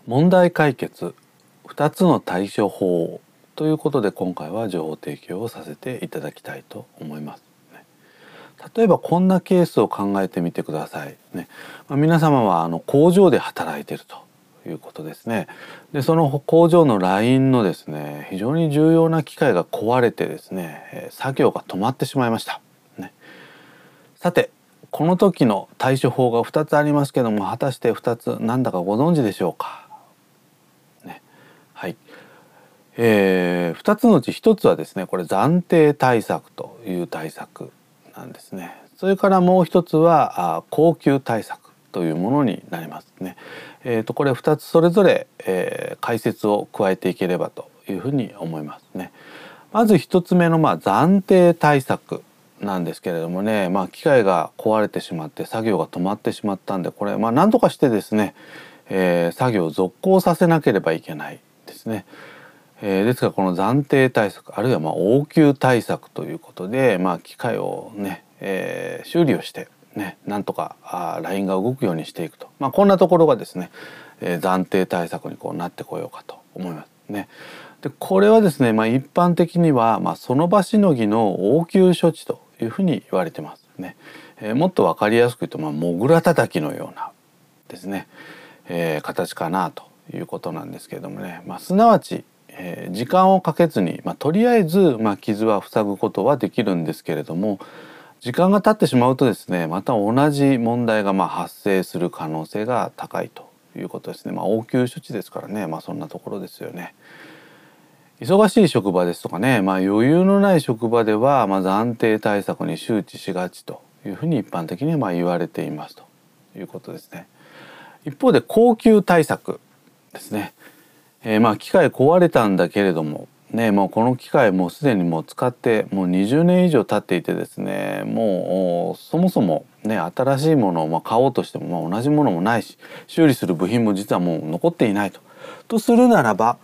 問題解決2つの対処法ということで、今回は情報提供をさせていただきたいと思います。例えばこんなケースを考えてみてください。皆様は工場で働いているということですね。でその工場のラインのですね、非常に重要な機械が壊れてですね、作業が止まってしまいました。さてこの時の対処法が2つありますけども、果たして2つ何だかご存知でしょうか。はい、2つのうち1つはですね、これ暫定対策という対策なんですね。それからもう1つは恒久対策というものになりますね。これ2つそれぞれ、解説を加えていければというふうに思いますね。まず1つ目の暫定対策なんですけれどもね、機械が壊れてしまって作業が止まってしまったんで、これ何とかしてですね、作業を続行させなければいけないですね。ですからこの暫定対策あるいは応急対策ということで、機械をね、修理をしてね、なんとかラインが動くようにしていくと、こんなところがですね、暫定対策になってこようかと思いますね。でこれはですね、一般的にはその場しのぎの応急処置というふうに言われてますね。もっと分かりやすく言うともぐらたたきのようなですね、形かなということなんですけれどもね、すなわち時間をかけずに、とりあえず傷は塞ぐことはできるんですけれども、時間が経ってしまうとですね、また同じ問題が発生する可能性が高いということですね。応急処置ですからね、そんなところですよね。忙しい職場ですとかね、余裕のない職場では、暫定対策に周知しがちというふうに一般的に言われていますということですね。一方で恒久対策ですね。機械壊れたんだけれどもね、もうこの機械もうすでに使ってもう20年以上経っていてですね、もうそもそもね新しいものを買おうとしても同じものもないし、修理する部品も実はもう残っていないとするならば、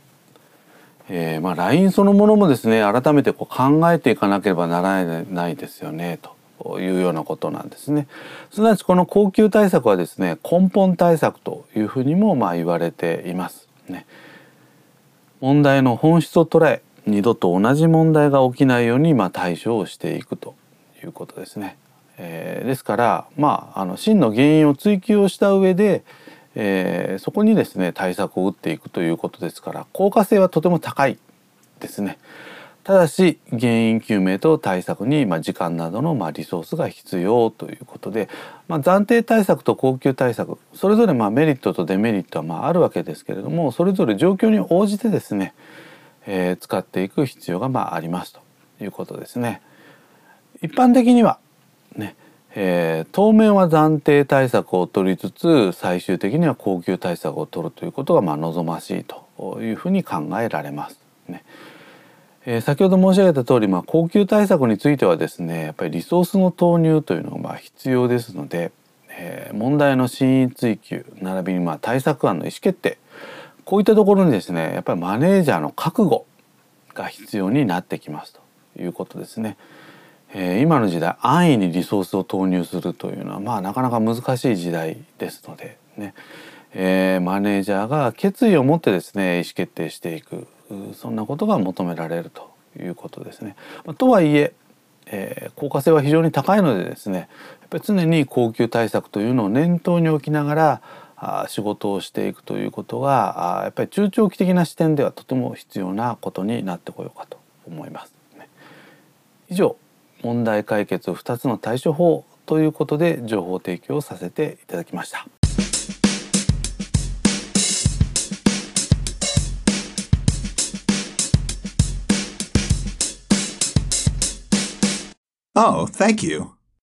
ラインそのものもですね改めて考えていかなければならないですよねというようなことなんですね。すなわちこの恒久対策はですね、根本対策というふうにも言われていますね。問題の本質を捉え、二度と同じ問題が起きないように対処をしていくということですね。ですから真の原因を追求をした上で、そこにですね対策を打っていくということですから、効果性はとても高いですね。ただし原因究明と対策に時間などのリソースが必要ということで、暫定対策と恒久対策それぞれメリットとデメリットはあるわけですけれども、それぞれ状況に応じてですね、使っていく必要がありますということですね。一般的にはね、当面は暫定対策を取りつつ最終的には恒久対策を取るということが望ましいというふうに考えられますね。先ほど申し上げた通り、恒久対策についてはですね、やっぱりリソースの投入というのが必要ですので、問題の真意追求並びに対策案の意思決定、こういったところにですねやっぱりマネージャーの覚悟が必要になってきますということですね。今の時代安易にリソースを投入するというのはなかなか難しい時代ですのでね、マネージャーが決意を持ってですね意思決定していく、そんなことが求められるということですね。とはいえ効果性は非常に高いのでですね、やっぱり常に恒久対策というのを念頭に置きながら仕事をしていくということがやっぱり中長期的な視点ではとても必要なことになってこようかと思います。以上、問題解決2つの対処法ということで情報提供をさせていただきました。 Oh, thank you.